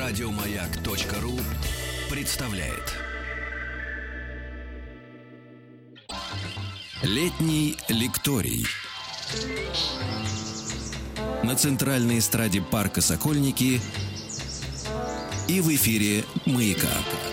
Радиомаяк.ру представляет летний лекторий на центральной эстраде парка Сокольники и в эфире «Маяка».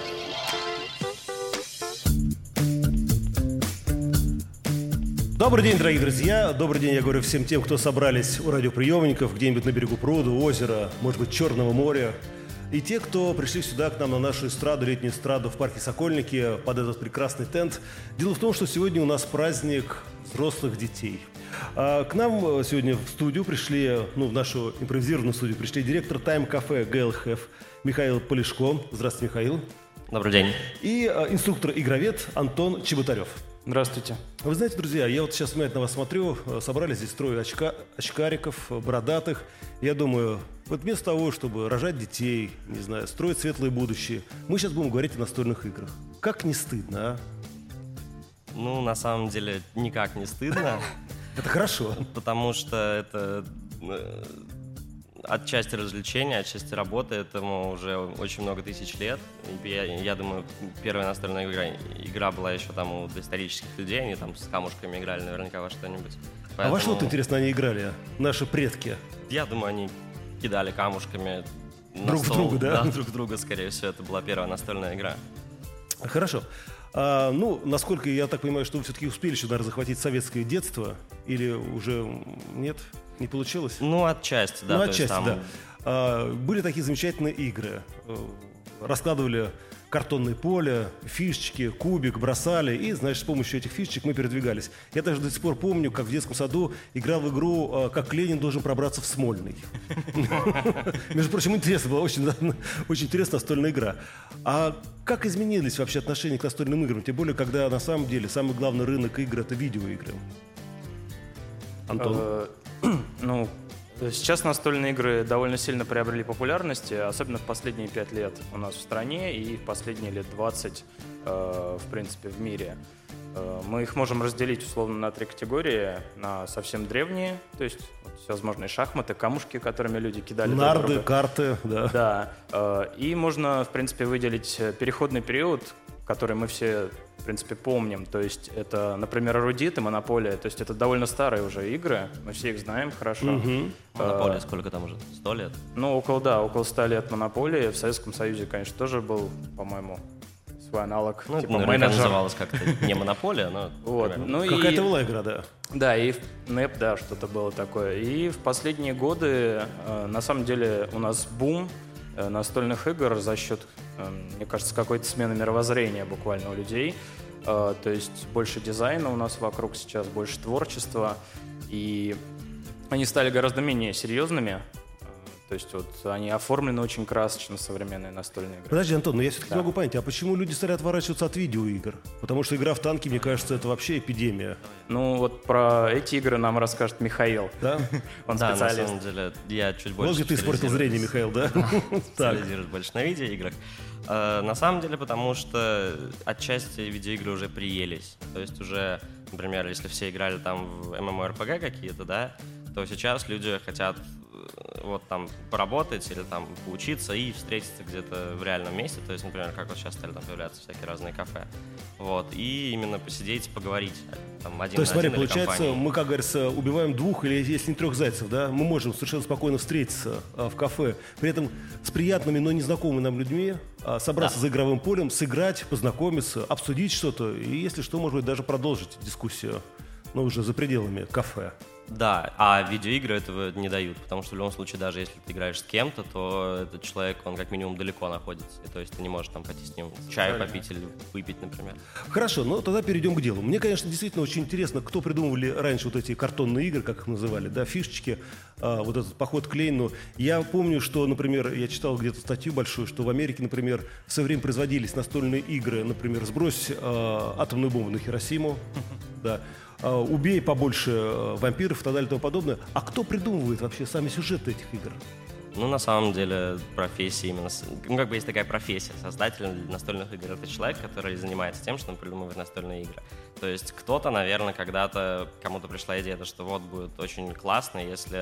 Добрый день, дорогие друзья. Добрый день, я говорю всем тем, кто собрались у радиоприемников где-нибудь на берегу пруда, озера, может быть, Черного моря. И те, кто пришли сюда к нам на нашу эстраду, летнюю эстраду в парке Сокольники под этот прекрасный тент. Дело в том, что сегодня у нас праздник взрослых детей. К нам сегодня в студию пришли, в нашу импровизированную студию пришли директор тайм-кафе ГЛХФ Михаил Полешко. Здравствуйте, Михаил. Добрый день. И инструктор-игровед Антон Чеботарев. Здравствуйте. Вы знаете, друзья, я вот сейчас внимательно вас смотрю, собрались здесь трое очкариков, бородатых. Я думаю, вот вместо того, чтобы рожать детей, не знаю, строить светлое будущее, мы сейчас будем говорить о настольных играх. Как не стыдно, а? На самом деле, никак не стыдно. Это хорошо. Потому что это отчасти развлечения, отчасти работы. Этому уже очень много тысяч лет. И я думаю, первая настольная игра была еще там у доисторических людей. Они там с камушками играли наверняка во что-нибудь. Поэтому... А во что-то, интересно, они играли, наши предки? Я думаю, они кидали камушками друг в друга, да? Да, друг в друга, скорее всего. Это была первая настольная игра. Хорошо. Насколько я так понимаю, что вы все-таки успели еще, наверное, захватить советское детство? Или уже нет? Не получилось? Отчасти, да. Отчасти, да. Были такие замечательные игры. Раскладывали картонное поле, фишечки, кубик, бросали. И, с помощью этих фишечек мы передвигались. Я даже до сих пор помню, как в детском саду играл в игру «Как Ленин должен пробраться в Смольный». Между прочим, интересно была, очень интересная настольная игра. А как изменились вообще отношения к настольным играм? Тем более, когда на самом деле самый главный рынок игр – это видеоигры. Антон? Сейчас настольные игры довольно сильно приобрели популярность, особенно в последние 5 лет у нас в стране и в последние лет 20, в принципе, в мире. Мы их можем разделить условно на 3 категории. На совсем древние, то есть всевозможные шахматы, камушки, которыми люди кидали нарды, друг друга. Карты, да. Да. И можно, в принципе, выделить переходный период, который мы все, в принципе, помним. То есть это, например, «Эрудит» и «Монополия». То есть это довольно старые уже игры. Мы все их знаем хорошо. «Монополия» сколько там уже? 100 лет? Около 100 лет «Монополии». В Советском Союзе, конечно, тоже был, по-моему, свой аналог. Типа менеджер. Называлось как-то не «Монополия», но... Какая-то была игра, да. Да, и НЭП, да, что-то было такое. И в последние годы, на самом деле, у нас бум настольных игр за счет, мне кажется, какой-то смены мировоззрения буквально у людей. То есть больше дизайна у нас вокруг сейчас, больше творчества. И они стали гораздо менее серьезными. То есть они оформлены очень красочно, современные настольные игры. Подожди, Антон, но я все-таки не могу понять, а почему люди стали отворачиваться от видеоигр? Потому что игра в танки, мне кажется, это вообще эпидемия. Про эти игры нам расскажет Михаил. Да? Он специалист. На самом деле, я чуть больше... Вот где ты испортил зрение, Михаил, да? Специализируюсь больше на видеоиграх. На самом деле, потому что отчасти видеоигры уже приелись. То есть уже, например, если все играли там в MMORPG какие-то, да, то сейчас люди хотят поработать или там поучиться и встретиться где-то в реальном месте. То есть, например, как сейчас стали там появляться всякие разные кафе. И именно посидеть, поговорить там один То есть, на один. смотри, получается, мы, как говорится, убиваем 2 или, если не 3 зайцев, да? Мы можем совершенно спокойно встретиться в кафе, при этом с приятными, но незнакомыми нам людьми, собраться за игровым полем, сыграть, познакомиться, обсудить что-то и, если что, может быть, даже продолжить дискуссию, но уже за пределами кафе. Да, а видеоигры этого не дают, потому что в любом случае, даже если ты играешь с кем-то, то этот человек, он как минимум далеко находится, и, то есть ты не можешь там пойти с ним чаю попить или выпить, например. Хорошо, тогда перейдем к делу. Мне, конечно, действительно очень интересно, кто придумывали раньше эти картонные игры, как их называли, да, фишечки, этот поход к Ленину. Я помню, что, например, я читал где-то статью большую, что в Америке, например, в свое время производились настольные игры, например, «Сбрось атомную бомбу на Хиросиму», да, «Убей побольше вампиров» и так далее и тому подобное. А кто придумывает вообще сами сюжеты этих игр? На самом деле, профессия именно... есть такая профессия. Создатель настольных игр — это человек, который занимается тем, что он придумывает настольные игры. То есть кто-то, наверное, когда-то кому-то пришла идея, что будет очень классно, если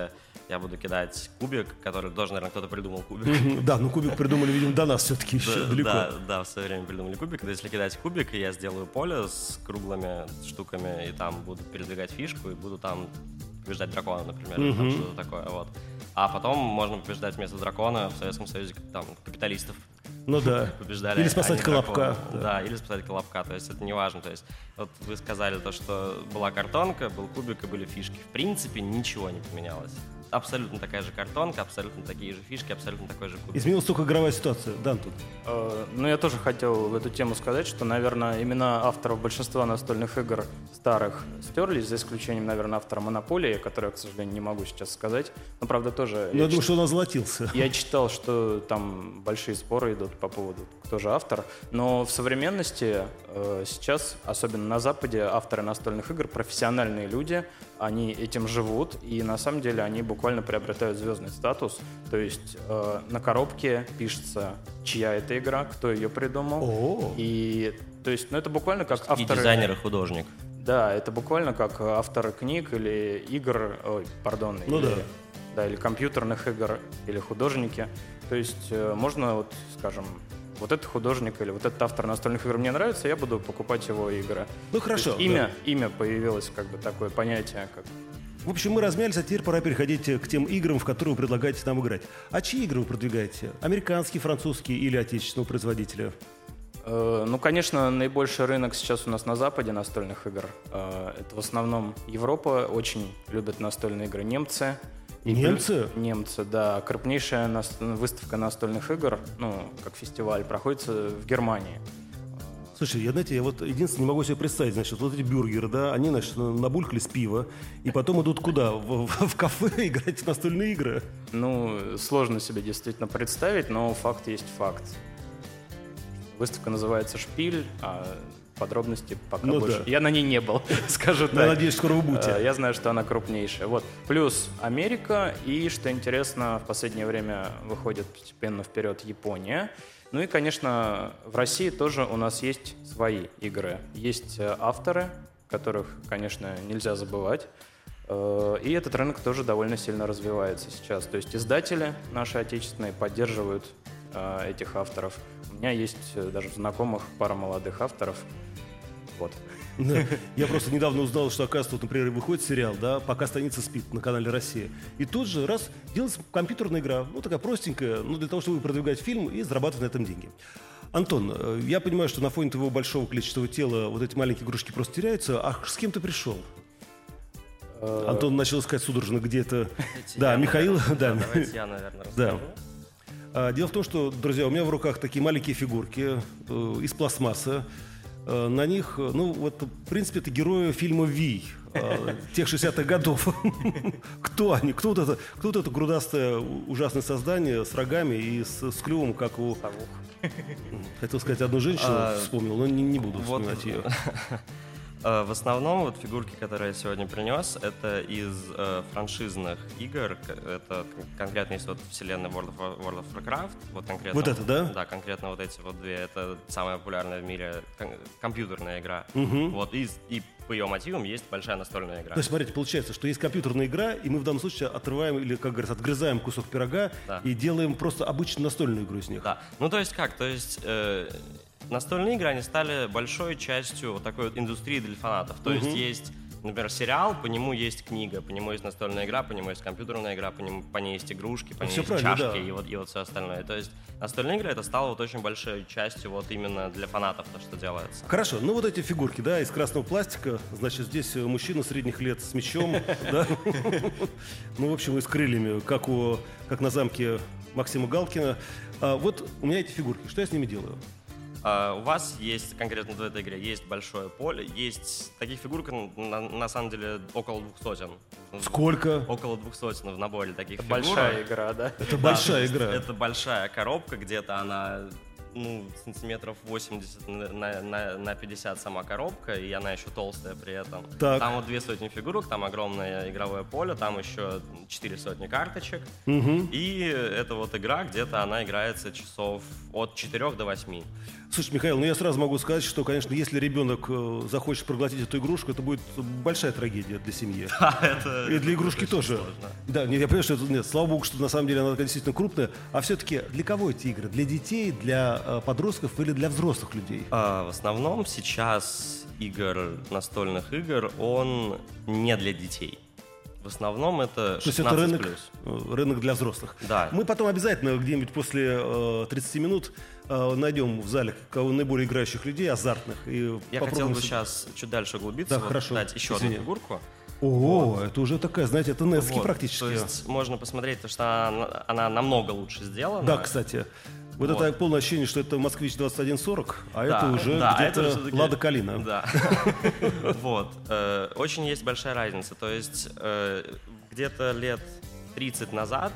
я буду кидать кубик, который тоже, наверное, кто-то придумал кубик. Да, ну кубик придумали, видимо, до нас все-таки еще далеко. Да, в свое время придумали кубик. Если кидать кубик, я сделаю поле с круглыми штуками, и там буду передвигать фишку, и буду там побеждать дракона, например, или там что-то такое, вот. А потом можно побеждать вместо дракона в Советском Союзе там капиталистов. Ну да. Побеждали, или спасать Колобка. Да, или спасать Колобка, то есть это не важно. То есть вот вы сказали то, что была картонка, был кубик и были фишки. В принципе, ничего не поменялось. Абсолютно такая же картонка, абсолютно такие же фишки, абсолютно такой же кубик. Изменилась только игровая ситуация. Дан тут. Ну, я тоже хотел в эту тему сказать, что, наверное, имена авторов большинства настольных игр старых стерлись, за исключением, наверное, автора «Монополии», который я, к сожалению, не могу сейчас сказать. Но, правда, тоже... Я думаю, что он озолотился. Я читал, что там большие споры идут по поводу, кто же автор. Но в современности сейчас, особенно на Западе, авторы настольных игр — профессиональные люди, они этим живут, и на самом деле они буквально приобретают звездный статус. То есть на коробке пишется, чья это игра, кто ее придумал. О-о-о. И то есть, ну, это буквально как авторы... И дизайнер, и художник. Да, это буквально как авторы книг или игр, или компьютерных игр, или художники. То есть можно, вот, скажем, вот этот художник или вот этот автор настольных игр мне нравится, я буду покупать его игры. Ну хорошо. Имя появилось, как бы такое понятие, как... В общем, мы размялись, а теперь пора переходить к тем играм, в которые вы предлагаете нам играть. А чьи игры вы продвигаете? Американские, французские или отечественного производителя? Ну, конечно, наибольший рынок сейчас у нас на Западе настольных игр. Это в основном Европа, очень любят настольные игры немцы. Немцы, да. Крупнейшая выставка настольных игр, ну, как фестиваль, проходит в Германии. Слушай, я вот единственное не могу себе представить, значит, вот эти бюргеры, да, они, значит, набулькались пива, и потом идут куда? В кафе играть в настольные игры? Ну, сложно себе действительно представить, но факт есть факт. Выставка называется «Шпиль», а подробности пока больше. Да. Я на ней не был, скажу так. Я надеюсь, скоро вы будете. Я знаю, что она крупнейшая. Вот. Плюс Америка и, что интересно, в последнее время выходит постепенно вперед Япония. Ну и, конечно, в России тоже у нас есть свои игры. Есть авторы, которых, конечно, нельзя забывать. И этот рынок тоже довольно сильно развивается сейчас. То есть издатели наши отечественные поддерживают этих авторов. У меня есть даже в знакомых пара молодых авторов. Вот. Да. Я просто недавно узнал, что, оказывается, вот, например, выходит сериал, да, «Пока станица спит» на канале «Россия». И тут же раз делается компьютерная игра, ну такая простенькая, ну для того, чтобы продвигать фильм и зарабатывать на этом деньги. Антон, я понимаю, что на фоне твоего большого клетчатого тела вот эти маленькие игрушки просто теряются. А с кем ты пришел? Антон начал искать судорожно где-то. Да, Михаил. Давайте я, наверное, расскажу. Дело в том, что, друзья, у меня в руках такие маленькие фигурки из пластмассы. На них, ну вот, в принципе, это герои фильма «Вий», тех 60-х годов. Кто они? Кто вот это грудастое ужасное создание с рогами и с клювом, как у... Хотел сказать одну женщину, вспомнил, но не буду вспоминать ее. В основном вот фигурки, которые я сегодня принес, это из франшизных игр. Это конкретно есть вот вселенная World of Warcraft. Вот конкретно. Вот это, да? Да, конкретно вот эти вот две. Это самая популярная в мире компьютерная игра. Вот, и по ее мотивам есть большая настольная игра. То есть, смотрите, получается, что есть компьютерная игра, и мы в данном случае отрываем, или, как говорят, отгрызаем кусок пирога, да, и делаем просто обычную настольную игру из них. Да, ну то есть как? То есть... настольные игры, они стали большой частью вот такой вот индустрии для фанатов. То есть есть, например, сериал, по нему есть книга, по нему есть настольная игра, по нему есть компьютерная игра, по ней есть игрушки, по ней есть чашки, да, и вот все остальное. То есть настольная игра это стало вот очень большой частью вот именно для фанатов, то, что делается. Хорошо, ну вот эти фигурки, да, из красного пластика, значит, здесь мужчина средних лет с мечом, да, ну, в общем, и с крыльями, как на замке Максима Галкина. Вот у меня эти фигурки, что я с ними делаю? У вас есть, конкретно в этой игре, есть большое поле, есть таких фигурок, на самом деле, около 200. Сколько? Около 200 в наборе таких фигурок. Большая игра, да? Это большая игра. Это большая коробка, где-то она сантиметров 80 на 50 сама коробка, и она еще толстая при этом. Так. Там вот 200 фигурок, там огромное игровое поле, там еще 400 карточек. И это вот игра, где-то она играется часов от 4 до 8. Слушай, Михаил, ну я сразу могу сказать, что, конечно, если ребенок захочет проглотить эту игрушку, это будет большая трагедия для семьи. И для игрушки тоже. Да, я понимаю, что это, нет, слава богу, что на самом деле она действительно крупная. А все-таки для кого эти игры? Для детей, для подростков или для взрослых людей? В основном сейчас настольных игр, он не для детей. В основном это 16+. То есть это рынок для взрослых. Да. Мы потом обязательно где-нибудь после 30 минут найдем в зале наиболее играющих людей, азартных. И я хотел бы сейчас чуть дальше углубиться, да, хорошо. дать еще одну фигурку. Ого, это уже такая, знаете, это NES практически. То есть можно посмотреть, что она намного лучше сделана. Да, кстати. Вот это полное ощущение, что это «Москвич 2140», а это уже где-то «Лада Калина». Да. Вот. Очень есть большая разница. То есть где-то лет 30 назад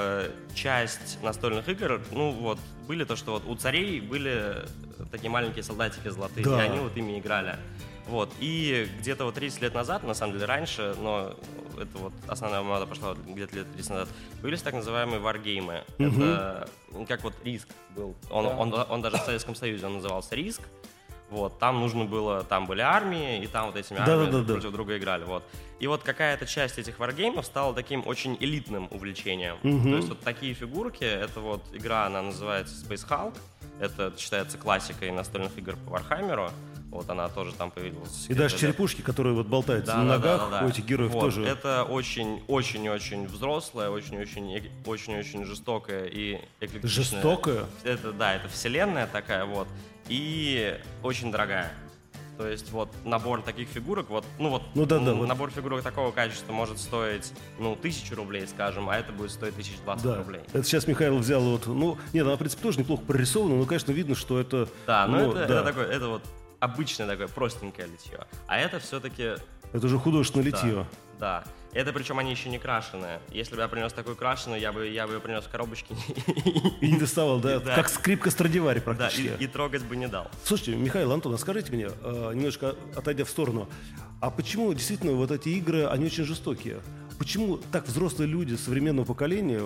часть настольных игр, были то, что вот у царей были такие маленькие солдатики золотые, и они вот ими играли. Вот. И где-то вот 30 лет назад, на самом деле раньше, но это вот основная мода пошла где-то лет 30 назад, появились так называемые варгеймы. Это как вот Риск был. Он даже в Советском Союзе он назывался Риск. Вот. Там были армии, и там вот этими армиями друг друга играли. Вот. И вот какая-то часть этих варгеймов стала таким очень элитным увлечением. То есть вот такие фигурки, это вот игра, она называется Space Hulk. Это считается классикой настольных игр по Вархаммеру. Вот она тоже там появилась. И даже черепушки, которые вот болтаются на ногах, у этих героев тоже. Это очень-очень-очень взрослая, очень-очень жестокая и эклектичная. Жестокая? Это вселенная такая вот. И очень дорогая. То есть вот набор таких фигурок, набор фигурок такого качества может стоить, 1000 рублей, скажем, а это будет стоить 1020 рублей. Это сейчас Михаил взял нет, она, в принципе, тоже неплохо прорисована, но, конечно, видно, что это... Это вот обычное такое простенькое литье. А это все-таки... Это уже художественное литье. Да. Это причем они еще не крашеные. Если бы я принес такую крашеную, я бы ее принес в коробочке. И не доставал, да? Как скрипка Страдивари практически. Да, и трогать бы не дал. Слушайте, Михаил, Антон, а скажите мне, немножко отойдя в сторону, а почему действительно вот эти игры, они очень жестокие? Почему так взрослые люди современного поколения,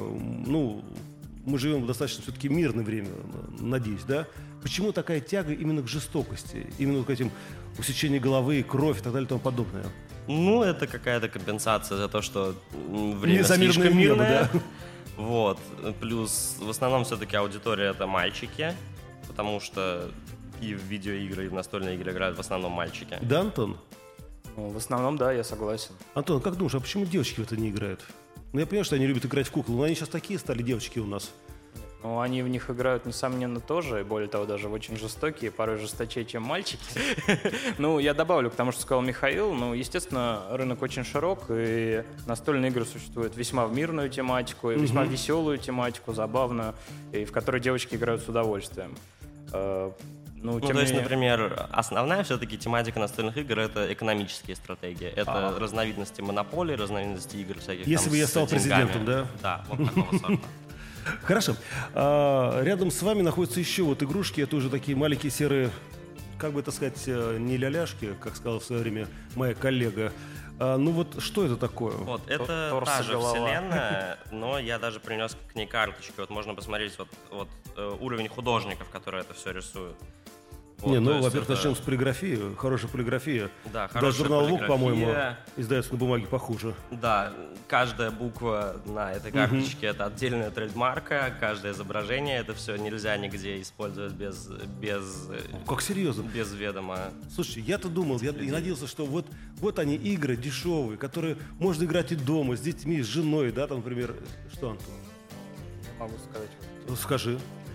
мы живем в достаточно все-таки мирное время, надеюсь, да? Почему такая тяга именно к жестокости, именно к этим усечению головы, кровь и так далее и тому подобное? Это какая-то компенсация за то, что время слишком мирное. Да? Вот. Плюс в основном все-таки аудитория это мальчики, потому что и в видеоигры, и в настольные игры играют в основном мальчики. Да, Антон? В основном, да, я согласен. Антон, как думаешь, а почему девочки в это не играют? Я понимаю, что они любят играть в куклу, но они сейчас такие стали девочки у нас. Они в них играют, несомненно, тоже, и более того, даже очень жестокие, порой жесточее, чем мальчики. Я добавлю к тому, что сказал Михаил. Естественно, рынок очень широк, и настольные игры существуют весьма в мирную тематику, и весьма веселую тематику, забавную, и в которой девочки играют с удовольствием. То есть, например, основная все-таки тематика настольных игр — это экономические стратегии. Это разновидности монополий, разновидности игр всяких. Если бы я стал президентом, да? Да, вот такого сорта. Хорошо. Рядом с вами находятся еще игрушки. Это уже такие маленькие серые, как бы это сказать, не ляляшки, как сказала в свое время моя коллега. Что это такое? Вот, это та же вселенная, но я даже принес к ней карточки. Вот можно посмотреть уровень художников, которые это все рисуют. Во-первых, начнем с полиграфии. Хорошая полиграфия. Да, даже журнал «Лук», по-моему, издается на бумаге похуже. Да, каждая буква на этой карточке это отдельная трейдмарка, каждое изображение, это все нельзя нигде использовать без как серьезно? Без ведома. Слушай, я-то думал, я и надеялся, что вот они игры дешевые, которые можно играть и дома, с детьми, с женой, да, там, например. Что, Антон? Я могу сказать. Скажи.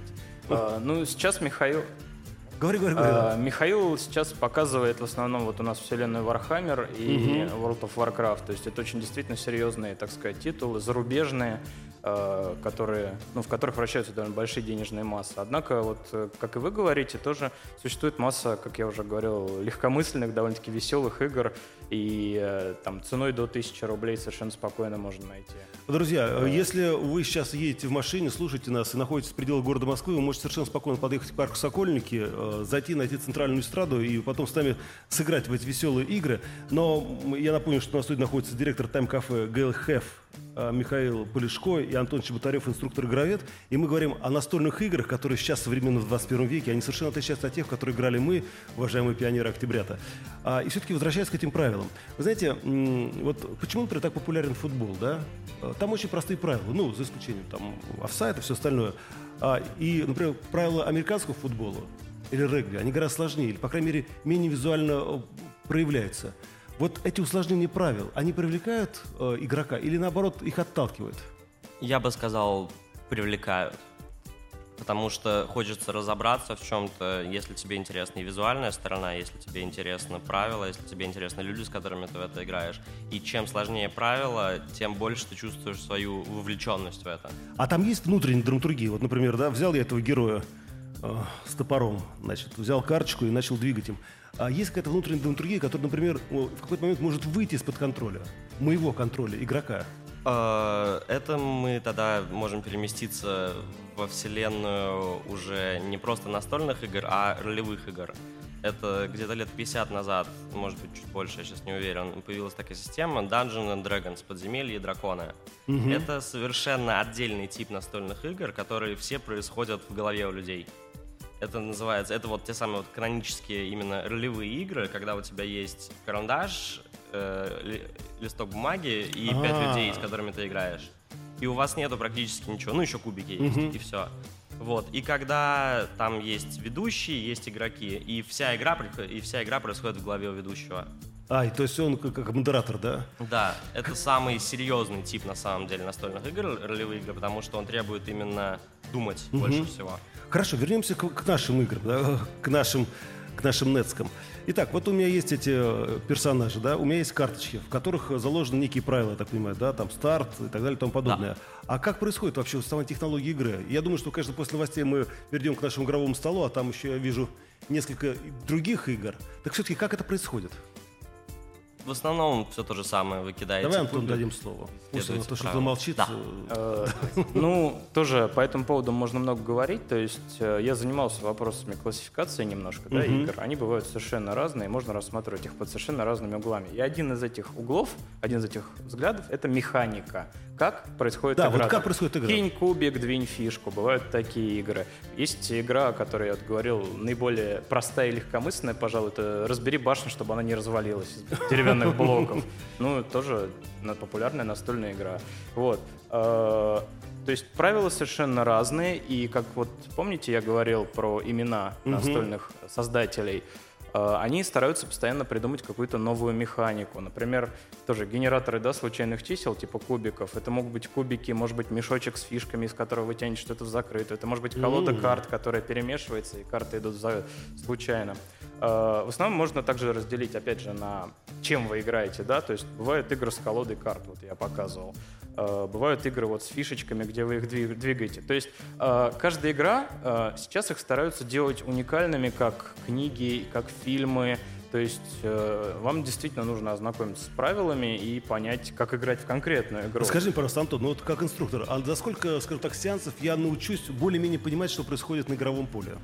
Сейчас Михаил... Говори. Михаил сейчас показывает в основном у нас вселенную Warhammer и World of Warcraft. То есть это очень действительно серьезные, так сказать, титулы, зарубежные. в которых вращаются довольно большие денежные массы. Однако, вот, как и вы говорите, тоже существует масса, как я уже говорил, легкомысленных, довольно-таки веселых игр, и там ценой до 1000 рублей совершенно спокойно можно найти. Друзья, если вы сейчас едете в машине, слушаете нас и находитесь в пределах города Москвы, вы можете совершенно спокойно подъехать к парку «Сокольники», зайти, найти центральную эстраду и потом с нами сыграть в эти веселые игры. Но я напомню, что на студии находится директор тайм-кафе Гайл Хеф Михаил Полешко и Антон Чеботарев, инструктор-игровед. И мы говорим о настольных играх, которые сейчас современны в 21 веке. Они совершенно отличаются от тех, в которые играли мы, уважаемые пионеры Октября-то. И все-таки возвращаясь к этим правилам. Вы знаете, вот почему, например, так популярен футбол, да? Там очень простые правила, ну, за исключением там офсайд и все остальное. И, например, правила американского футбола или регби, они гораздо сложнее, или, по крайней мере, менее визуально проявляются. Вот эти усложнения правил, они привлекают игрока или, наоборот, их отталкивают? Я бы сказал, привлекают. Потому что хочется разобраться в чем-то, если тебе интересна и визуальная сторона, если тебе интересны правила, если тебе интересны люди, с которыми ты в это играешь. И чем сложнее правила, тем больше ты чувствуешь свою вовлеченность в это. А там есть внутренняя драматургия? Вот, например, да, взял я этого героя с топором, значит, взял карточку и начал двигать им. А есть какая-то внутренняя драматургия, которая, например, в какой-то момент может выйти из-под контроля, моего контроля, игрока? Это мы тогда можем переместиться во вселенную уже не просто настольных игр, а ролевых игр. Это где-то лет 50 назад, может быть, чуть больше, я сейчас не уверен, появилась такая система Dungeons and Dragons, подземелье и драконы. Угу. Это совершенно отдельный тип настольных игр, которые все происходят в голове у людей. Это называется, это вот те самые вот канонические именно ролевые игры, когда у тебя есть карандаш, листок бумаги и 5 людей, с которыми ты играешь. И у вас нету практически ничего, ну еще кубики есть, и все. Вот. И когда там есть ведущие, есть игроки, и вся игра происходит в голове у ведущего. И то есть он как модератор, да? Да, это самый серьезный тип на самом деле настольных игр, ролевые игры, потому что он требует именно думать больше всего. Хорошо, вернемся к нашим играм, да? к нашим нетскам. Итак, вот у меня есть эти персонажи, да, у меня есть карточки, в которых заложены некие правила, я так понимаю, да, там старт и так далее и тому подобное. Да. А как происходит вообще сама технология игры? Я думаю, что, конечно, после новостей мы перейдем к нашему игровому столу, а там еще я вижу несколько других игр. Так все-таки как это происходит? В основном все то же самое, вы кидаете. Давай, Антон, дадим слово. Пусть он то, что молчит. Да. Ну, тоже по этому поводу можно много говорить. То есть я занимался вопросами классификации немножко, да, игр. Они бывают совершенно разные, можно рассматривать их под совершенно разными углами. И один из этих углов, один из этих взглядов — это механика. Как происходит игра. Да, вот как происходит игра. Кинь кубик, двинь фишку. Бывают такие игры. Есть игра, о которой я вот говорил, наиболее простая и легкомысленная, пожалуй, это «Разбери башню, чтобы она не развалилась» из деревянных блоков. Ну, тоже популярная настольная игра. Вот. То есть правила совершенно разные, и как вот помните, я говорил про имена настольных создателей, они стараются постоянно придумать какую-то новую механику. Например, тоже генераторы, да, случайных чисел, типа кубиков. Это могут быть кубики, может быть, мешочек с фишками, из которого вы тянете что-то в закрытую. Это может быть колода карт, которая перемешивается, и карты идут случайно. В основном можно также разделить, опять же, на чем вы играете, да, то есть бывают игры с колодой карт, вот я показывал. Бывают игры вот с фишечками, где вы их двигаете. То есть каждая игра, сейчас их стараются делать уникальными, как книги, как фильмы. То есть вам действительно нужно ознакомиться с правилами и понять, как играть в конкретную игру. Скажи, пожалуйста, Антон, ну вот как инструктор, а за сколько, скажем так, сеансов я научусь более-менее понимать, что происходит на игровом поле?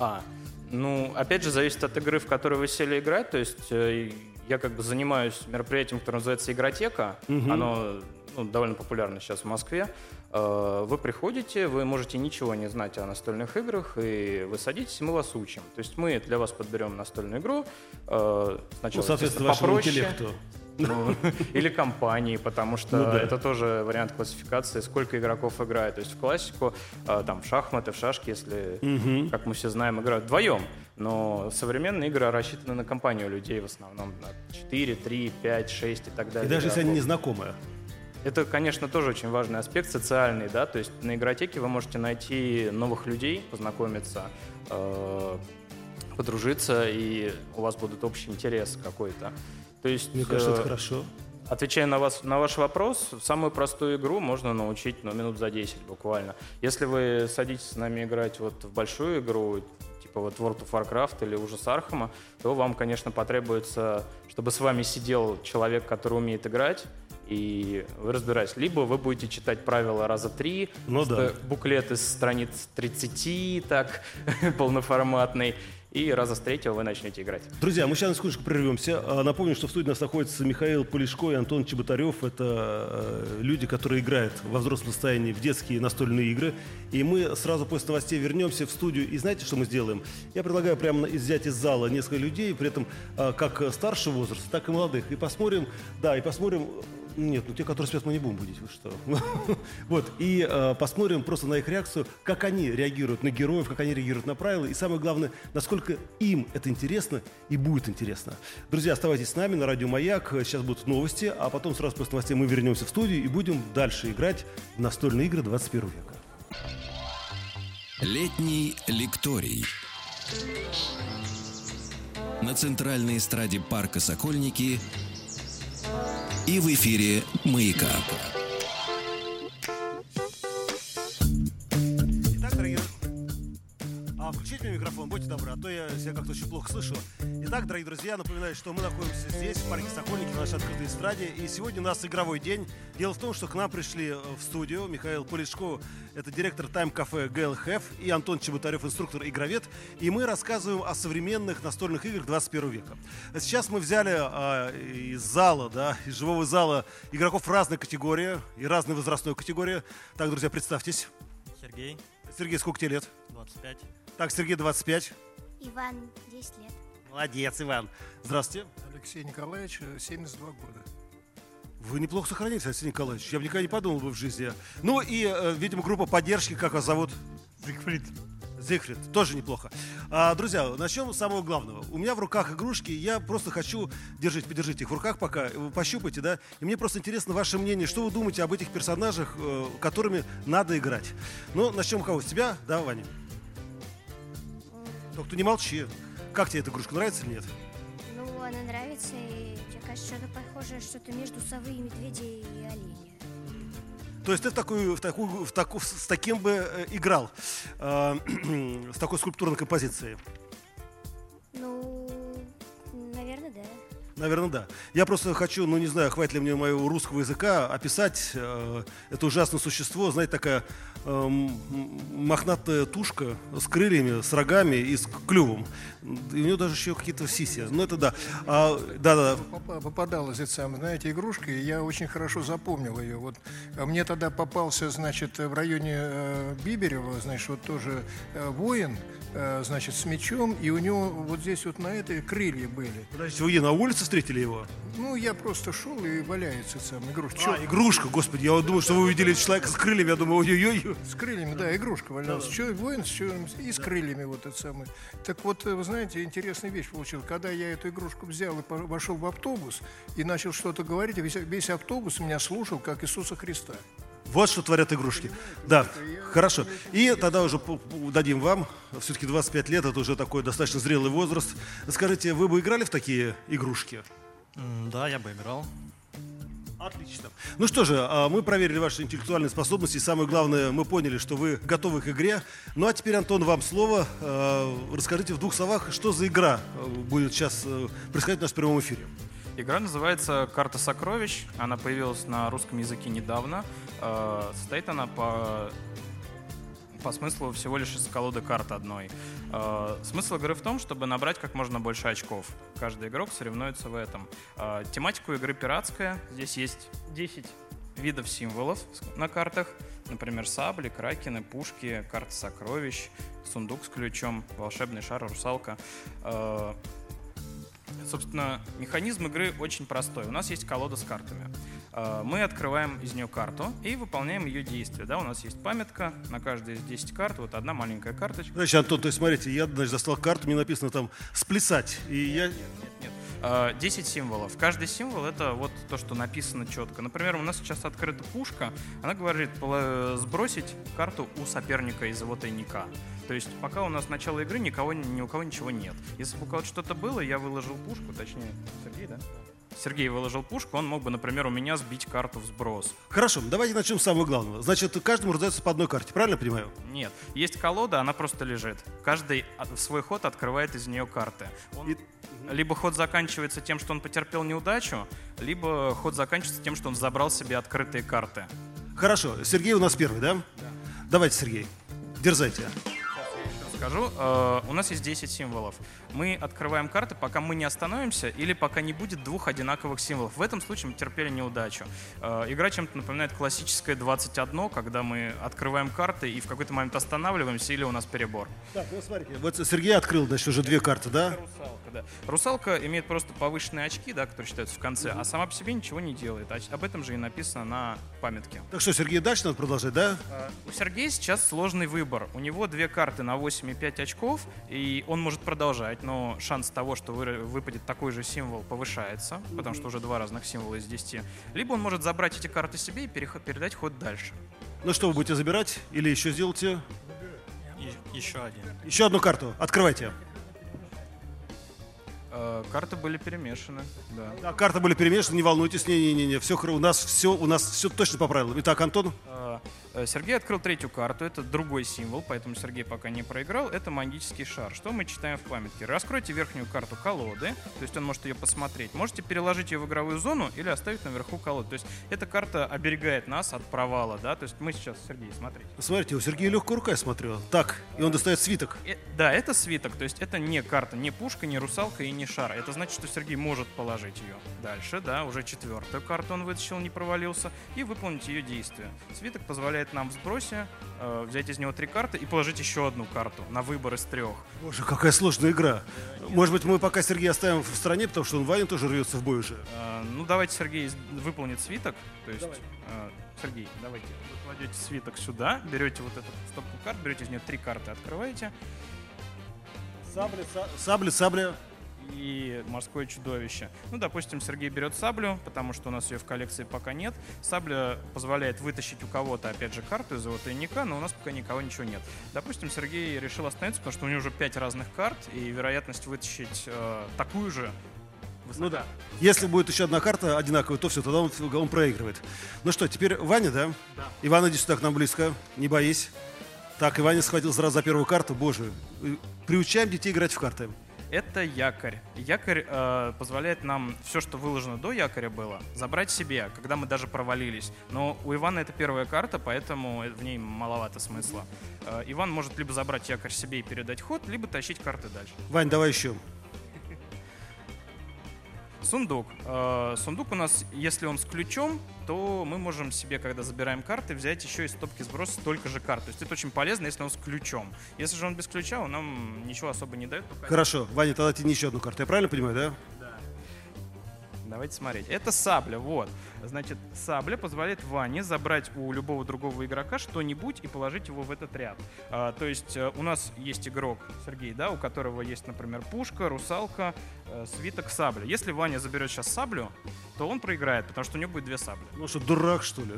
Ну, опять же, зависит от игры, в которой вы сели играть. То есть я как бы занимаюсь мероприятием, которое называется «Игротека». Оно довольно популярно сейчас в Москве. Вы приходите, вы можете ничего не знать о настольных играх, и вы садитесь, и мы вас учим. То есть мы для вас подберем настольную игру. Сначала, соответственно, вашему интеллекту. Или компании, потому что это тоже вариант классификации, сколько игроков играет. То есть в классику, там, в шахматы, в шашки, если, как мы все знаем, играют вдвоем. Но современные игры рассчитаны на компанию людей в основном. На 4, 3, 5, 6 и так далее. И даже если они незнакомые. Это, конечно, тоже очень важный аспект, социальный, да, то есть на игротеке вы можете найти новых людей, познакомиться, подружиться, и у вас будут общий интерес какой-то. То есть, мне кажется, это хорошо. Отвечая на ваш вопрос, самую простую игру можно научить минут за 10 буквально. Если вы садитесь с нами играть вот в большую игру, типа вот World of Warcraft или Ужас Архама, то вам, конечно, потребуется, чтобы с вами сидел человек, который умеет играть, и вы разбираетесь. Либо вы будете читать правила раза 3, буклет из страниц 30, так, полноформатный, и раза с 3 вы начнете играть. Друзья, мы сейчас на секундочку прервемся. Напомню, что в студии у нас находятся Михаил Полишко и Антон Чеботарев. Это люди, которые играют во взрослом состоянии в детские настольные игры. И мы сразу после новостей вернемся в студию. И знаете, что мы сделаем? Я предлагаю прямо взять из зала несколько людей, при этом как старшего возраста, так и молодых. И посмотрим, нет, те, которые спят, мы не будем будить, вы что? Вот, и посмотрим просто на их реакцию, как они реагируют на героев, как они реагируют на правила, и самое главное, насколько им это интересно и будет интересно. Друзья, оставайтесь с нами на радио «Маяк», сейчас будут новости, а потом сразу после новостей мы вернемся в студию и будем дальше играть в настольные игры 21 века. Летний лекторий. На центральной эстраде парка «Сокольники» и в эфире «Маяка». Итак, дорогие... Включите мне микрофон, будьте добры, а то я себя как-то очень плохо слышу. Итак, дорогие друзья, напоминаю, что мы находимся здесь, в парке «Сокольники», на нашей открытой эстраде. И сегодня у нас игровой день. Дело в том, что к нам пришли в студию Михаил Полишко, это директор тайм-кафе ГЛХФ, и Антон Чеботарев, инструктор-игровед. И мы рассказываем о современных настольных играх 21 века. Сейчас мы взяли из зала, из живого зала игроков разной категории и разной возрастной категории. Так, друзья, представьтесь. Сергей. Сергей, сколько тебе лет? 25. Так, Сергей, 25. Иван, 10 лет. Молодец, Иван. Здравствуйте. Алексей Николаевич, 72 года. Вы неплохо сохранились, Алексей Николаевич. Я бы никогда не подумал бы в жизни. Ну и, видимо, группа поддержки, как вас зовут? Зигфрид. Тоже неплохо. Друзья, начнем с самого главного. У меня в руках игрушки, я просто хочу... Подержите их в руках пока, пощупайте, да? И мне просто интересно ваше мнение, что вы думаете об этих персонажах, которыми надо играть. Ну, начнем кого? С тебя? Да, Ваня? Только ты не молчи. Как тебе эта игрушка, нравится или нет? Ну, она нравится, и мне кажется, что-то похожее, что-то между совы и медведя и оленя. То есть ты с таким бы играл, с такой скульптурной композицией? Ну, наверное, да. Наверное, да. Я просто хочу, не знаю, хватит ли мне моего русского языка, описать это ужасное существо, знаете, такая мохнатая тушка с крыльями, с рогами и с клювом. И у него даже еще какие-то сиси. Ну, это да. Да. Попадалась эта самая, знаете, игрушка, и я очень хорошо запомнил ее. Вот мне тогда попался, значит, в районе Биберева, значит, вот тоже воин, значит, с мечом, и у него вот здесь вот на этой крылья были. Подождите, вы на улице встретили его? Ну, я просто шел, и валяется эта самая игрушка. Игрушка, господи, я вот думаю, что вы увидели человека с крыльями, я думаю, ой-ой-ой. С крыльями, да, игрушка валялась. Воин и с крыльями вот это самое. Так вот, вы знаете, интересная вещь получилась. Когда я эту игрушку взял и вошел в автобус, и начал что-то говорить, весь автобус меня слушал, как Иисуса Христа. Вот что творят игрушки. Да, хорошо. И тогда уже дадим вам, все-таки 25 лет, это уже такой достаточно зрелый возраст. Скажите, вы бы играли в такие игрушки? Да, я бы играл. Отлично. Ну что же, мы проверили ваши интеллектуальные способности, и самое главное, мы поняли, что вы готовы к игре. Ну а теперь, Антон, вам слово. Расскажите в 2 словах, что за игра будет сейчас происходить в нашем прямом эфире. Игра называется «Карта сокровищ». Она появилась на русском языке недавно. Состоит она по смыслу всего лишь из колоды карт одной. Смысл игры в том, чтобы набрать как можно больше очков. Каждый игрок соревнуется в этом. Тематика игры пиратская. Здесь есть 10 видов символов на картах. Например, сабли, кракены, пушки, карта сокровищ, сундук с ключом, волшебный шар, русалка. Собственно, механизм игры очень простой. У нас есть колода с картами. Мы открываем из нее карту и выполняем ее действия. Да, у нас есть памятка на каждой из 10 карт. Вот одна маленькая карточка. Значит, Антон, то есть, смотрите, я, достал карту, мне написано там «сплясать». И я... Нет. 10 символов. Каждый символ — это вот то, что написано четко. Например, у нас сейчас открыта пушка. Она говорит сбросить карту у соперника из его тайника. То есть пока у нас начало игры, ни у кого ничего нет. Если бы у кого-то что-то было, я выложил пушку, точнее, Сергей, да? Сергей выложил пушку, он мог бы, например, у меня сбить карту в сброс. Хорошо, давайте начнем с самого главного. Значит, каждому раздается по одной карте, правильно понимаю? Нет, есть колода, она просто лежит. Каждый в свой ход открывает из нее карты. Либо ход заканчивается тем, что он потерпел неудачу, либо ход заканчивается тем, что он забрал себе открытые карты. Хорошо, Сергей у нас первый, да? Да. Давайте, Сергей, дерзайте. Скажу, у нас есть 10 символов. Мы открываем карты, пока мы не остановимся или пока не будет двух одинаковых символов. В этом случае мы терпели неудачу. Игра чем-то напоминает классическое 21, когда мы открываем карты и в какой-то момент останавливаемся или у нас перебор. Так, ну смотрите, вот Сергей открыл, значит, уже 2 карты, да? Это русалка, да. Русалка имеет просто повышенные очки, да, которые считаются в конце, а сама по себе ничего не делает. Об этом же и написано на памятке. Так что, Сергей, дальше надо продолжать, да? У Сергея сейчас сложный выбор. У него 2 карты на 8,5 очков, и он может продолжать, но шанс того, что выпадет такой же символ, повышается, потому что уже 2 разных символа из 10. Либо он может забрать эти карты себе и передать ход дальше. Ну что, вы будете забирать или еще сделаете? Еще один. Еще одну карту, открывайте. Карты были перемешаны, да. Да, карты были перемешаны, не волнуйтесь, не-не-не, все, у нас все точно по правилам. Итак, Антон? Сергей открыл 3-ю карту, это другой символ, поэтому Сергей пока не проиграл, это магический шар. Что мы читаем в памятке? Раскройте верхнюю карту колоды, то есть он может ее посмотреть. Можете переложить ее в игровую зону или оставить наверху колоды. То есть эта карта оберегает нас от провала, да, то есть мы сейчас, Сергей, смотрите. Смотрите, у Сергея легкая рука, я смотрю. Так, и он достает свиток. Да, это свиток, то есть это не карта, не пушка, не русалка и не шар. Это значит, что Сергей может положить ее дальше, да, уже 4-ю карту он вытащил, не провалился, и выполнить ее действие. Свиток позволяет нам в сбросе взять из него 3 карты и положить еще одну карту на выбор из 3. Боже, какая сложная игра. Может быть, мы пока Сергея оставим в стороне, потому что он Ваня тоже рвется в бой уже. Ну, давайте Сергей выполнит свиток. То есть, Сергей, давайте вы кладете свиток сюда, берете вот эту стопку карт, берете из нее 3 карты, открываете. Сабля. И морское чудовище. Ну, допустим, Сергей берет саблю, потому что у нас ее в коллекции пока нет. Сабля позволяет вытащить у кого-то, опять же, карту из его тайника, но у нас пока никого ничего нет. Допустим, Сергей решил остановиться, потому что у него уже 5 разных карт, и вероятность вытащить такую же высока. Ну да. Если будет еще одна карта одинаковая, то все, тогда он проигрывает. Ну что, теперь Ваня, да? Да. Иван, иди сюда к нам близко, не боись. Так, Иваня схватил сразу за первую карту. Боже, приучаем детей играть в карты. Это якорь. Якорь позволяет нам все, что выложено до якоря было, забрать себе, когда мы даже провалились. Но у Ивана это первая карта, поэтому в ней маловато смысла. Иван может либо забрать якорь себе и передать ход, либо тащить карты дальше. Вань, давай еще. Сундук. Сундук у нас, если он с ключом, то мы можем себе, когда забираем карты, взять еще из стопки сброса столько же карт. То есть это очень полезно, если он с ключом. Если же он без ключа, он нам ничего особо не дает. Хорошо. Ваня, тогда тебе еще одну карту. Я правильно понимаю, да? Да. Давайте смотреть. Это сабля, вот. Значит, сабля позволяет Ване забрать у любого другого игрока что-нибудь и положить его в этот ряд. То есть у нас есть игрок, Сергей, да, у которого есть, например, пушка, русалка, свиток, сабля. Если Ваня заберет сейчас саблю, то он проиграет, потому что у него будет 2 сабли. Ну что, дурак, что ли?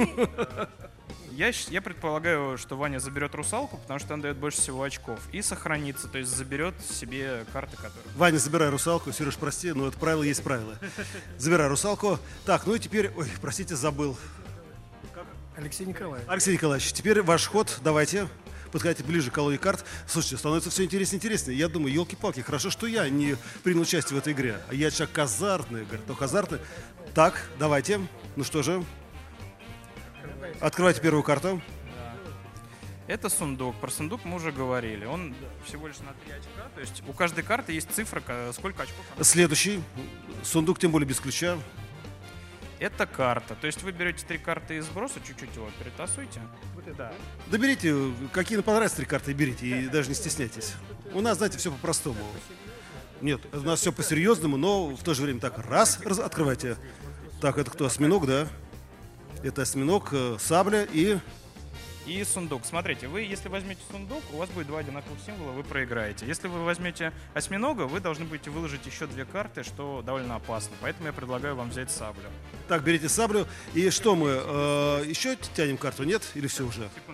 Я предполагаю, что Ваня заберет русалку, потому что она дает больше всего очков, и сохранится, то есть заберет себе карты, которые... Ваня, забирай русалку. Сереж, прости, но это правило есть правило. Забирай русалку. Так, ну и теперь... Ой, простите, забыл. Алексей Николаевич. Алексей Николаевич, теперь ваш ход. Давайте. Подходите ближе к колоде карт. Слушайте, становится все интереснее и интереснее. Я думаю, елки-палки, хорошо, что я не принял участие в этой игре. А я человек азартный, говорит, только азартный. Так, давайте. Ну что же. Открывайте первую карту. Это сундук. Про сундук мы уже говорили. Он всего лишь на 3 очка. То есть у каждой карты есть цифра, сколько очков. Следующий. Сундук, тем более без ключа. Это карта. То есть вы берете 3 карты из сброса, чуть-чуть его перетасуйте. Да. Да берите, какие вам понравятся 3 карты, берите, и даже не стесняйтесь. У нас, знаете, все по-простому. Нет, у нас все по-серьезному, но в то же время так. Раз, открывайте. Так, это кто? Осьминог, да? Это осьминог, сабля и... И сундук. Смотрите, вы, если возьмете сундук, у вас будет 2 одинаковых символа, вы проиграете. Если вы возьмете осьминога, вы должны будете выложить еще 2 карты, что довольно опасно. Поэтому я предлагаю вам взять саблю. Так, берите саблю. И что мы, еще тянем карту, нет? Или все уже? Секундочку.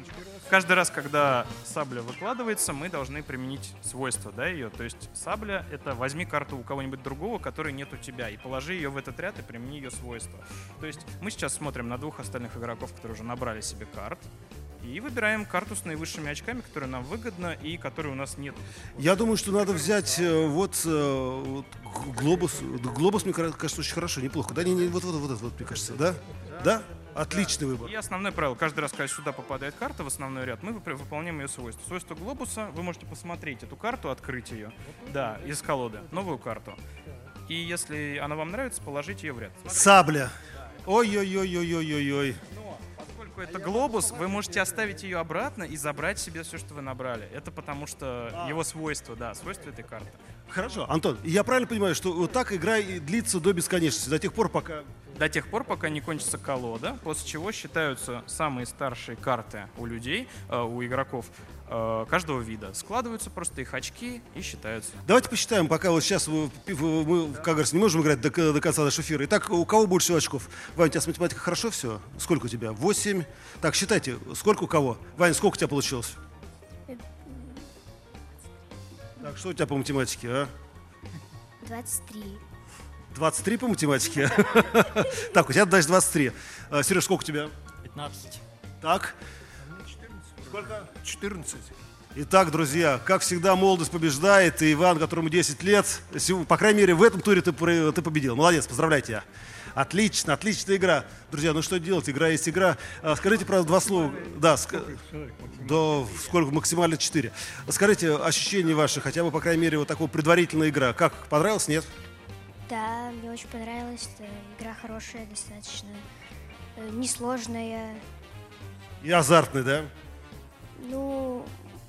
каждый раз, когда сабля выкладывается, мы должны применить свойства, да, ее. То есть сабля — это возьми карту у кого-нибудь другого, которой нет у тебя, и положи ее в этот ряд и примени ее свойства. То есть мы сейчас смотрим на двух остальных игроков, которые уже набрали себе карт, и выбираем карту с наивысшими очками, которая нам выгодна и которой у нас нет. Я думаю, что надо взять вот глобус. Глобус, мне кажется, очень хорошо, неплохо. Да, не, вот, мне кажется, да? Да? Отличный выбор. И основное правило. Каждый раз, когда сюда попадает карта в основной ряд, мы выполняем ее свойства. Свойство глобуса, вы можете посмотреть эту карту, открыть ее. Да, из колоды. Новую карту. И если она вам нравится, положите ее в ряд. Сабля. Ой-ой-ой-ой-ой-ой-ой. Поскольку это глобус, вы можете оставить ее обратно и забрать себе все, что вы набрали. Это потому что его свойства, да, свойства этой карты. Хорошо, Антон, я правильно понимаю, что вот так игра и длится до бесконечности, до тех пор, пока... До тех пор, пока не кончится колода, после чего считаются самые старшие карты у людей, у игроков каждого вида. Складываются просто их очки и считаются. Давайте посчитаем, пока вот сейчас мы, как говорится, не можем играть до конца нашего эфира. Итак, у кого больше всего очков? Ваня, у тебя с математикой хорошо все? Сколько у тебя? 8? Так, считайте, сколько у кого? Ваня, сколько у тебя получилось? Так, что у тебя по математике, а? 23. 23 по математике? Так, у тебя даже 23. Сереж, сколько у тебя? 15. Так. Сколько? 14. Итак, друзья, как всегда, молодость побеждает, и Иван, которому 10 лет, по крайней мере, в этом туре ты победил. Молодец, поздравляю тебя. Отлично, отличная игра. Друзья, ну что делать, игра есть игра. Скажите, правда, два слова. Да, до сколько? Максимально 4. Скажите ощущения ваши, хотя бы, по крайней мере, вот такая предварительная игра. Как, понравилось, нет? Да, мне очень понравилось. Игра хорошая, достаточно несложная. И азартная, да? Ну,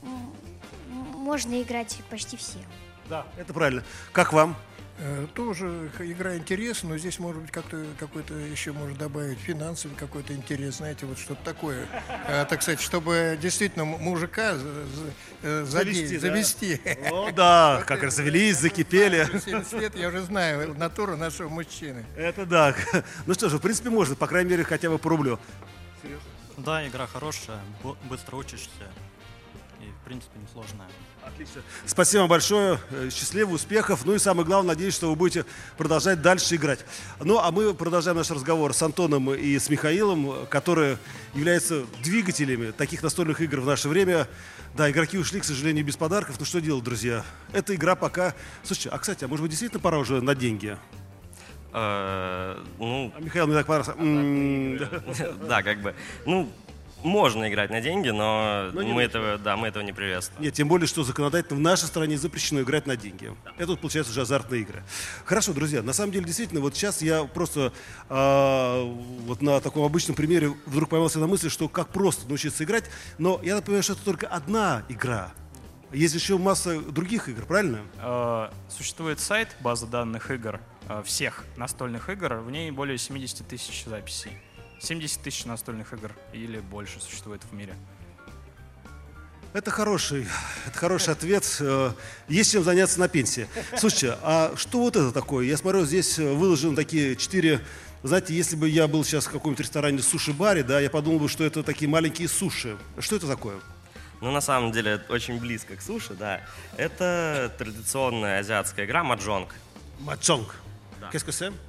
можно играть почти все. Да, это правильно. Как вам? Тоже игра интересна, но здесь, может быть, какой-то еще можно добавить финансовый какой-то интерес, знаете, вот что-то такое. Так сказать, чтобы действительно мужика завести. О, да, как раз завелись, закипели. 70 лет, я уже знаю натуру нашего мужчины. Это да. Ну что же, в принципе, можно, по крайней мере, хотя бы по рублю. Да, игра хорошая, быстро учишься и, в принципе, несложная. Отлично. Спасибо вам большое, счастливых успехов. Ну и самое главное, надеюсь, что вы будете продолжать дальше играть. Ну а мы продолжаем наш разговор с Антоном и с Михаилом, которые являются двигателями таких настольных игр в наше время. Да, игроки ушли, к сожалению, без подарков. Ну что делать, друзья? Эта игра пока... Слушайте, кстати, а может быть действительно пора уже на деньги? Михаил, мне так понравился. Да, как бы... Можно играть на деньги, но мы этого не приветствуем. Нет, тем более, что законодательно в нашей стране запрещено играть на деньги. Это вот, получается, уже азартные игры. Хорошо, друзья, на самом деле, действительно, вот сейчас я просто вот на таком обычном примере вдруг поймался на мысли, что как просто научиться играть, но я напоминаю, что это только одна игра. Есть еще масса других игр, правильно? Существует сайт, база данных игр, всех настольных игр, в ней более 70 тысяч записей. 70 тысяч настольных игр или больше существует в мире. Это хороший ответ. Есть чем заняться на пенсии. Слушайте, а что вот это такое? Я смотрю, здесь выложены такие 4... Знаете, если бы я был сейчас в каком-нибудь ресторане суши-баре, да, я подумал бы, что это такие маленькие суши. Что это такое? Ну, на самом деле, это очень близко к суши, да. Это традиционная азиатская игра маджонг. Маджонг. Qu'est-ce que c'est?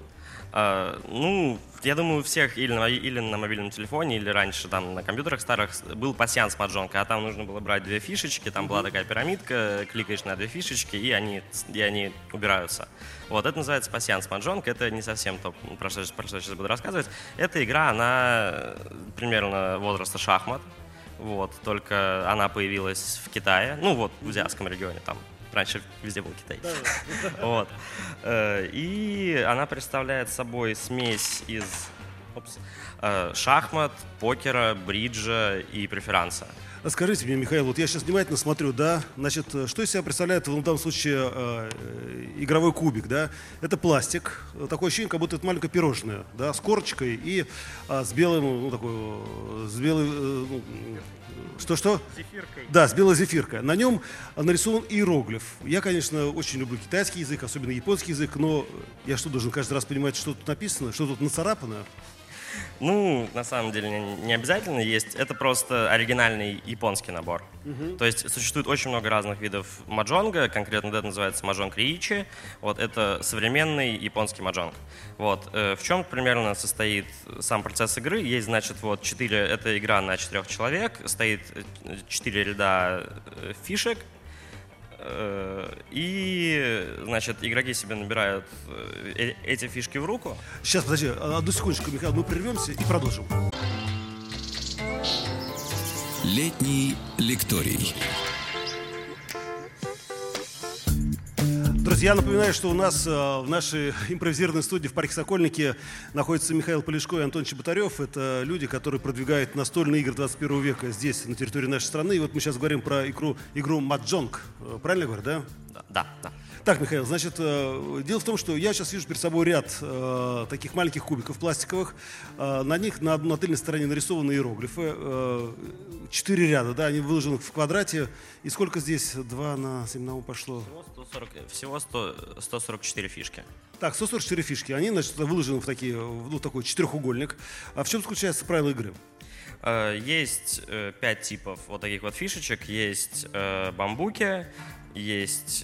Я думаю, у всех или на мобильном телефоне, или раньше там на компьютерах старых был пасьянс маджонг, а там нужно было брать 2 фишечки, там была такая пирамидка, кликаешь на 2 фишечки, и они убираются. Вот, это называется пасьянс маджонг, это не совсем то, про что сейчас буду рассказывать. Эта игра, она примерно возраста шахмат, вот, только она появилась в Китае, в азиатском регионе, там. Раньше везде был Китай. Вот. И она представляет собой смесь из шахмат, покера, бриджа и преферанса. Скажите мне, Михаил, вот я сейчас внимательно смотрю, да, значит, что из себя представляет в данном случае игровой кубик, да? Это пластик, такое ощущение, как будто это маленькое пирожное, да, с корочкой и с белым, Что? Зефиркой. Да, с белой зефиркой. На нем нарисован иероглиф. Я, конечно, очень люблю китайский язык, особенно японский язык, но я что, должен каждый раз понимать, что тут написано, что тут нацарапано? Ну, на самом деле, не обязательно есть. Это просто оригинальный японский набор. То есть существует очень много разных видов маджонга. Конкретно это называется маджонг риичи. Вот это современный японский маджонг. Вот. В чем примерно состоит сам процесс игры? Есть, значит, вот 4... Это игра на 4 человек. Стоит 4 ряда фишек. И, значит, игроки себе набирают эти фишки в руку. Сейчас, подожди, одну секундочку, Михаил, мы прервемся и продолжим. Летний лекторий. Друзья, напоминаю, что у нас в нашей импровизированной студии в парке Сокольники находятся Михаил Полешко и Антон Чеботарев. Это люди, которые продвигают настольные игры 21 века здесь, на территории нашей страны. И вот мы сейчас говорим про игру Маджонг. Правильно я говорю, да? Да. Так, Михаил, значит, дело в том, что я сейчас вижу перед собой ряд таких маленьких кубиков пластиковых. На них на тыльной стороне нарисованы иероглифы. 4 ряда, да, они выложены в квадрате. И сколько здесь? 2 на 7 на ум пошло. Всего 144 фишки. Так, 144 фишки. Они, значит, выложены в такой четырехугольник. А в чем заключается правило игры? Есть 5 типов вот таких вот фишечек. Есть бамбуки, есть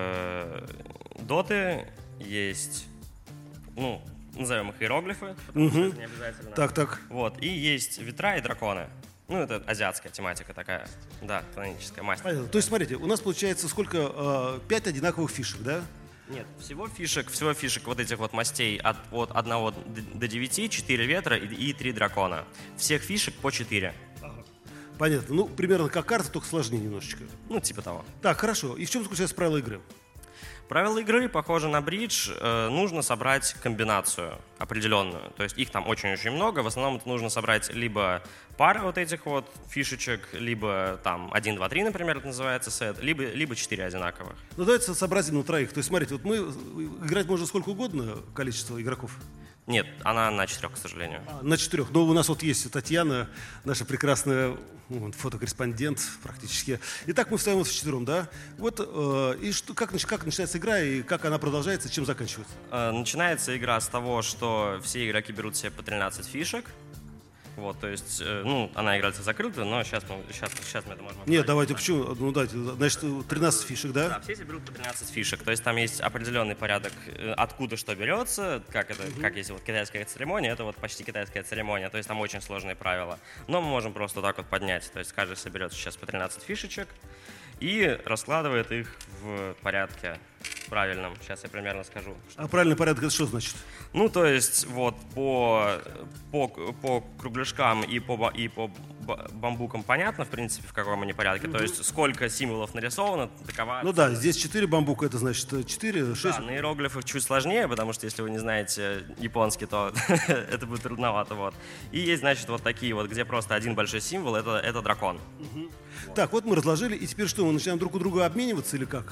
доты, есть, ну, назовем их иероглифы, потому что это не обязательно. Так. Вот, и есть ветра и драконы. Ну, это азиатская тематика такая, да, каноническая мастер. Понятно. То есть, смотрите, у нас получается сколько? 5 одинаковых фишек, да? Нет, всего фишек вот этих вот мастей от 1 до 9, 4 ветра и 3 дракона. Всех фишек по 4. Понятно. Ну, примерно как карта, только сложнее немножечко. Ну, типа того. Так, хорошо. И в чем заключается правило игры? Правила игры похожи на бридж. Нужно собрать комбинацию определенную. То есть их там очень-очень много. В основном это нужно собрать либо пары вот этих вот фишечек, либо там 1, 2, 3, например, это называется сет, либо 4 одинаковых. Ну, давайте сообразим на троих. То есть, смотрите, вот мы играть можно сколько угодно количество игроков. Нет, она на 4, к сожалению. На 4. Но у нас вот есть Татьяна, наша прекрасная фотокорреспондент практически. Итак, мы встаем вот вчетвером, да? Вот, и как начинается игра, и как она продолжается, чем заканчивается? Начинается игра с того, что все игроки берут себе по 13 фишек. Вот, то есть, ну, она играется закрыта, но сейчас мы это можем... Нет, давайте, почему? Ну, дайте, значит, 13 фишек, да? Да, все себе берут по 13 фишек, то есть там есть определенный порядок, откуда что берется, как есть вот китайская церемония, это вот почти китайская церемония, то есть там очень сложные правила. Но мы можем просто так вот поднять, то есть каждый соберет сейчас по 13 фишечек и раскладывает их в порядке правильном. Сейчас я примерно скажу. А правильный порядок это что значит? Ну, то есть вот по кругляшкам и по бамбукам понятно, в принципе, в каком они порядке. То есть сколько символов нарисовано, такова... Ну да, здесь 4 бамбука, это значит 4, 6... Да, на иероглифах чуть сложнее, потому что если вы не знаете японский, то это будет трудновато. Вот. И есть, значит, вот такие вот, где просто один большой символ, это дракон. Так, вот мы разложили, и теперь что, мы начинаем друг у друга обмениваться или как?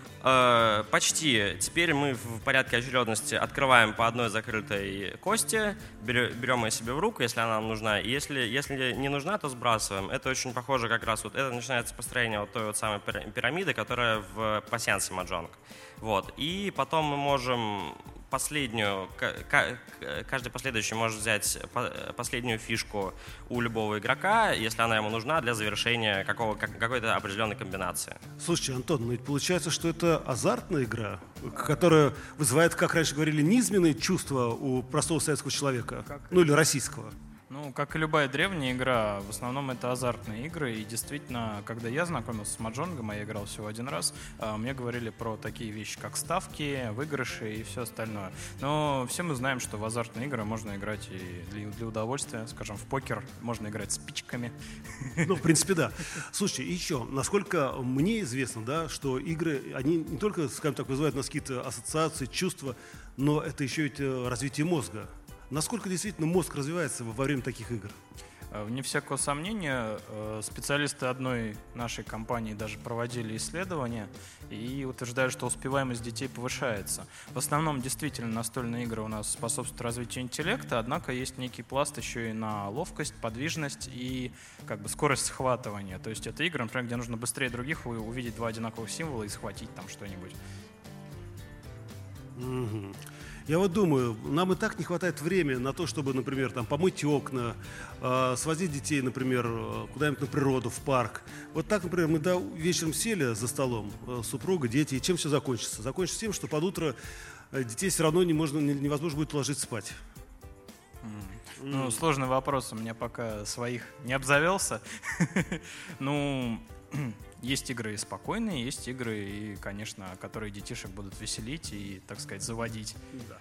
Почти. Теперь мы в порядке очередности открываем по одной закрытой кости, берем ее себе в руку, если она нам нужна, и если не нужна, то сбрасываем. Это очень похоже как раз вот, это начинается построение вот той вот самой пирамиды, которая в пасьянсе маджонг. Вот. И потом мы можем каждый последующий может взять последнюю фишку у любого игрока, если она ему нужна для завершения какой-то определенной комбинации. Слушайте, Антон, ну ведь получается, что это азартная игра, которая вызывает, как раньше говорили, низменные чувства у простого советского человека, ну или российского. Ну, как и любая древняя игра, в основном это азартные игры. И действительно, когда я знакомился с маджонгом, а я играл всего один раз, мне говорили про такие вещи, как ставки, выигрыши и все остальное. Но все мы знаем, что в азартные игры можно играть и для удовольствия. Скажем, в покер можно играть спичками. Ну, в принципе, да. Слушайте, и еще, насколько мне известно, да, что игры, они не только, скажем так, вызывают у нас какие-то ассоциации, чувства, но это еще ведь развитие мозга. Насколько действительно мозг развивается во время таких игр? Вне всякого сомнения, специалисты одной нашей компании даже проводили исследования и утверждают, что успеваемость детей повышается. В основном, действительно, настольные игры у нас способствуют развитию интеллекта, однако есть некий пласт еще и на ловкость, подвижность и скорость схватывания. То есть это игры, например, где нужно быстрее других увидеть 2 одинаковых символа и схватить там что-нибудь. Я вот думаю, нам и так не хватает времени на то, чтобы, например, там, помыть окна, свозить детей, например, куда-нибудь на природу, в парк. Вот так, например, мы вечером сели за столом, супруга, дети, и чем все закончится? Закончится тем, что под утро детей все равно невозможно будет уложить спать. Ну, сложный вопрос, у меня пока своих не обзавелся. Ну, есть игры спокойные, есть игры, и, конечно, которые детишек будут веселить и, так сказать, заводить.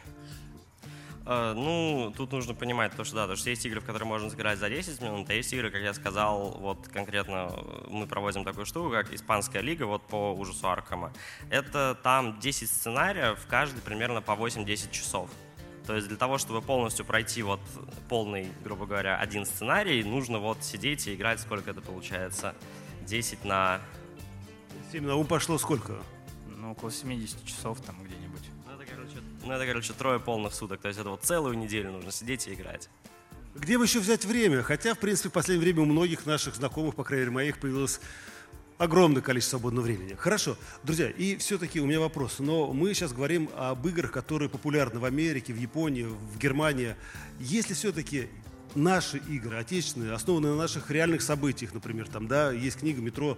Ну, тут нужно понимать то, что есть игры, в которые можно сыграть за 10 минут, а есть игры, как я сказал, вот конкретно мы проводим такую штуку, как Испанская лига, вот по ужасу Аркхема. Это там 10 сценариев, каждый примерно по 8-10 часов. То есть для того, чтобы полностью пройти вот полный, грубо говоря, один сценарий, нужно вот сидеть и играть, сколько это получается, 10 на... 7 на ум пошло сколько? Ну, около 70 часов там где-нибудь. Это, короче, 3 полных суток. То есть это вот целую неделю нужно сидеть и играть. Где бы еще взять время? Хотя, в принципе, в последнее время у многих наших знакомых, по крайней мере, моих, появилось огромное количество свободного времени. Хорошо, друзья, и все-таки у меня вопрос. Но мы сейчас говорим об играх, которые популярны в Америке, в Японии, в Германии. Если все-таки наши игры, отечественные, основанные на наших реальных событиях, например, там, да, есть книга «Метро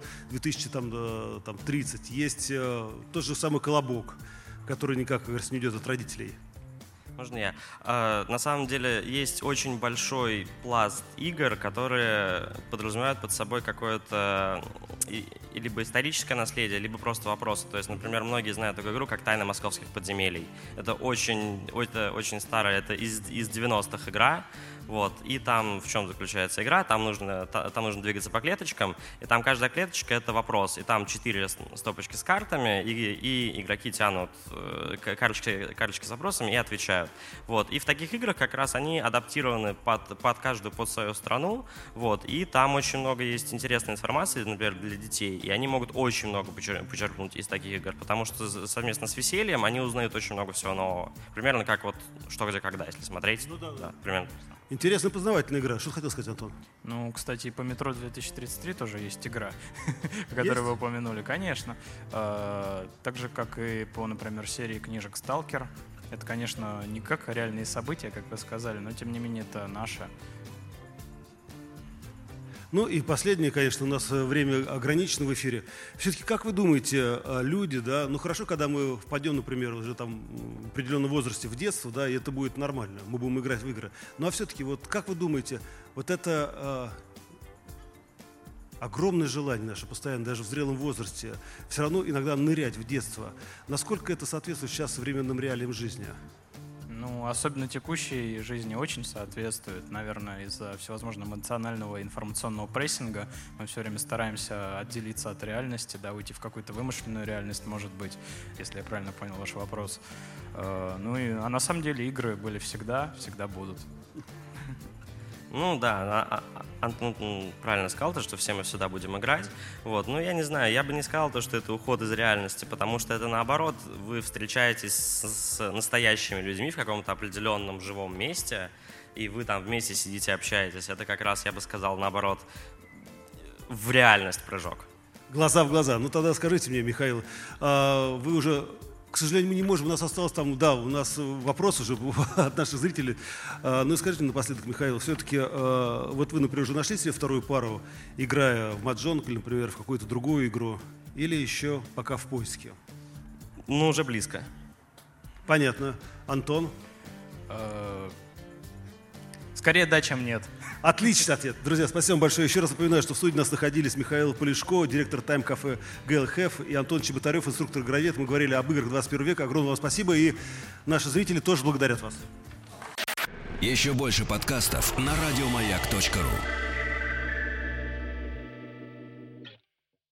2030», есть тот же самый «Колобок», который никак, как говорится, не идет от родителей. Можно я? На самом деле есть очень большой пласт игр, которые подразумевают под собой какое-то либо историческое наследие, либо просто вопросы. То есть, например, многие знают такую игру, как «Тайна московских подземелий». Это очень старая, это из 90-х игра. Вот. И там в чем заключается игра? Там нужно двигаться по клеточкам, и там каждая клеточка — это вопрос. И там 4 стопочки с картами, и игроки тянут карточки с вопросами и отвечают. Вот. И в таких играх как раз они адаптированы под свою страну. Вот. И там очень много есть интересной информации, например, для детей. И они могут очень много почерпнуть из таких игр, потому что совместно с весельем они узнают очень много всего нового. Примерно как вот «Что, где, когда», если смотреть. Ну, да, примерно. Интересная познавательная игра. Что хотел сказать, Антон? Ну, кстати, и по «Метро 2033» тоже есть игра, которую вы упомянули. Конечно. Так же, как и по, например, серии книжек «Сталкер». Это, конечно, не как реальные события, как вы сказали, но, тем не менее, это наше. Ну и последнее, конечно, у нас время ограничено в эфире. Все-таки, как вы думаете, люди, да, ну хорошо, когда мы впадем, например, уже там в определенном возрасте в детство, да, и это будет нормально, мы будем играть в игры. Ну а все-таки, вот как вы думаете, вот это огромное желание наше постоянно, даже в зрелом возрасте, все равно иногда нырять в детство, насколько это соответствует сейчас современным реалиям жизни? Ну, особенно текущей жизни очень соответствует. Наверное, из-за всевозможного эмоционального информационного прессинга мы все время стараемся отделиться от реальности, да, уйти в какую-то вымышленную реальность, может быть, если я правильно понял ваш вопрос. А на самом деле игры были всегда будут. Ну да, Антон правильно сказал, что все мы сюда будем играть. Вот. Ну я не знаю, я бы не сказал, что это уход из реальности, потому что это наоборот, вы встречаетесь с настоящими людьми в каком-то определенном живом месте, и вы там вместе сидите, общаетесь. Это как раз, я бы сказал, наоборот, в реальность прыжок. Глаза в глаза. Ну тогда скажите мне, Михаил, вы уже... К сожалению, мы не можем, у нас осталось там, да, у нас вопрос уже от наших зрителей. Ну и скажите напоследок, Михаил, все-таки вот вы, например, уже нашли себе вторую пару, играя в маджонг или, например, в какую-то другую игру, или еще пока в поиске? Ну, уже близко. Понятно. Антон? Скорее да, чем нет. Отличный ответ. Друзья, спасибо вам большое. Еще раз напоминаю, что в студии у нас находились Михаил Полешко, директор тайм-кафе ГЛХФ, и Антон Чеботарев, инструктор-игровед. Мы говорили об играх 21 века. Огромное вам спасибо, и наши зрители тоже благодарят вас. Еще больше подкастов на радиомаяк.ру.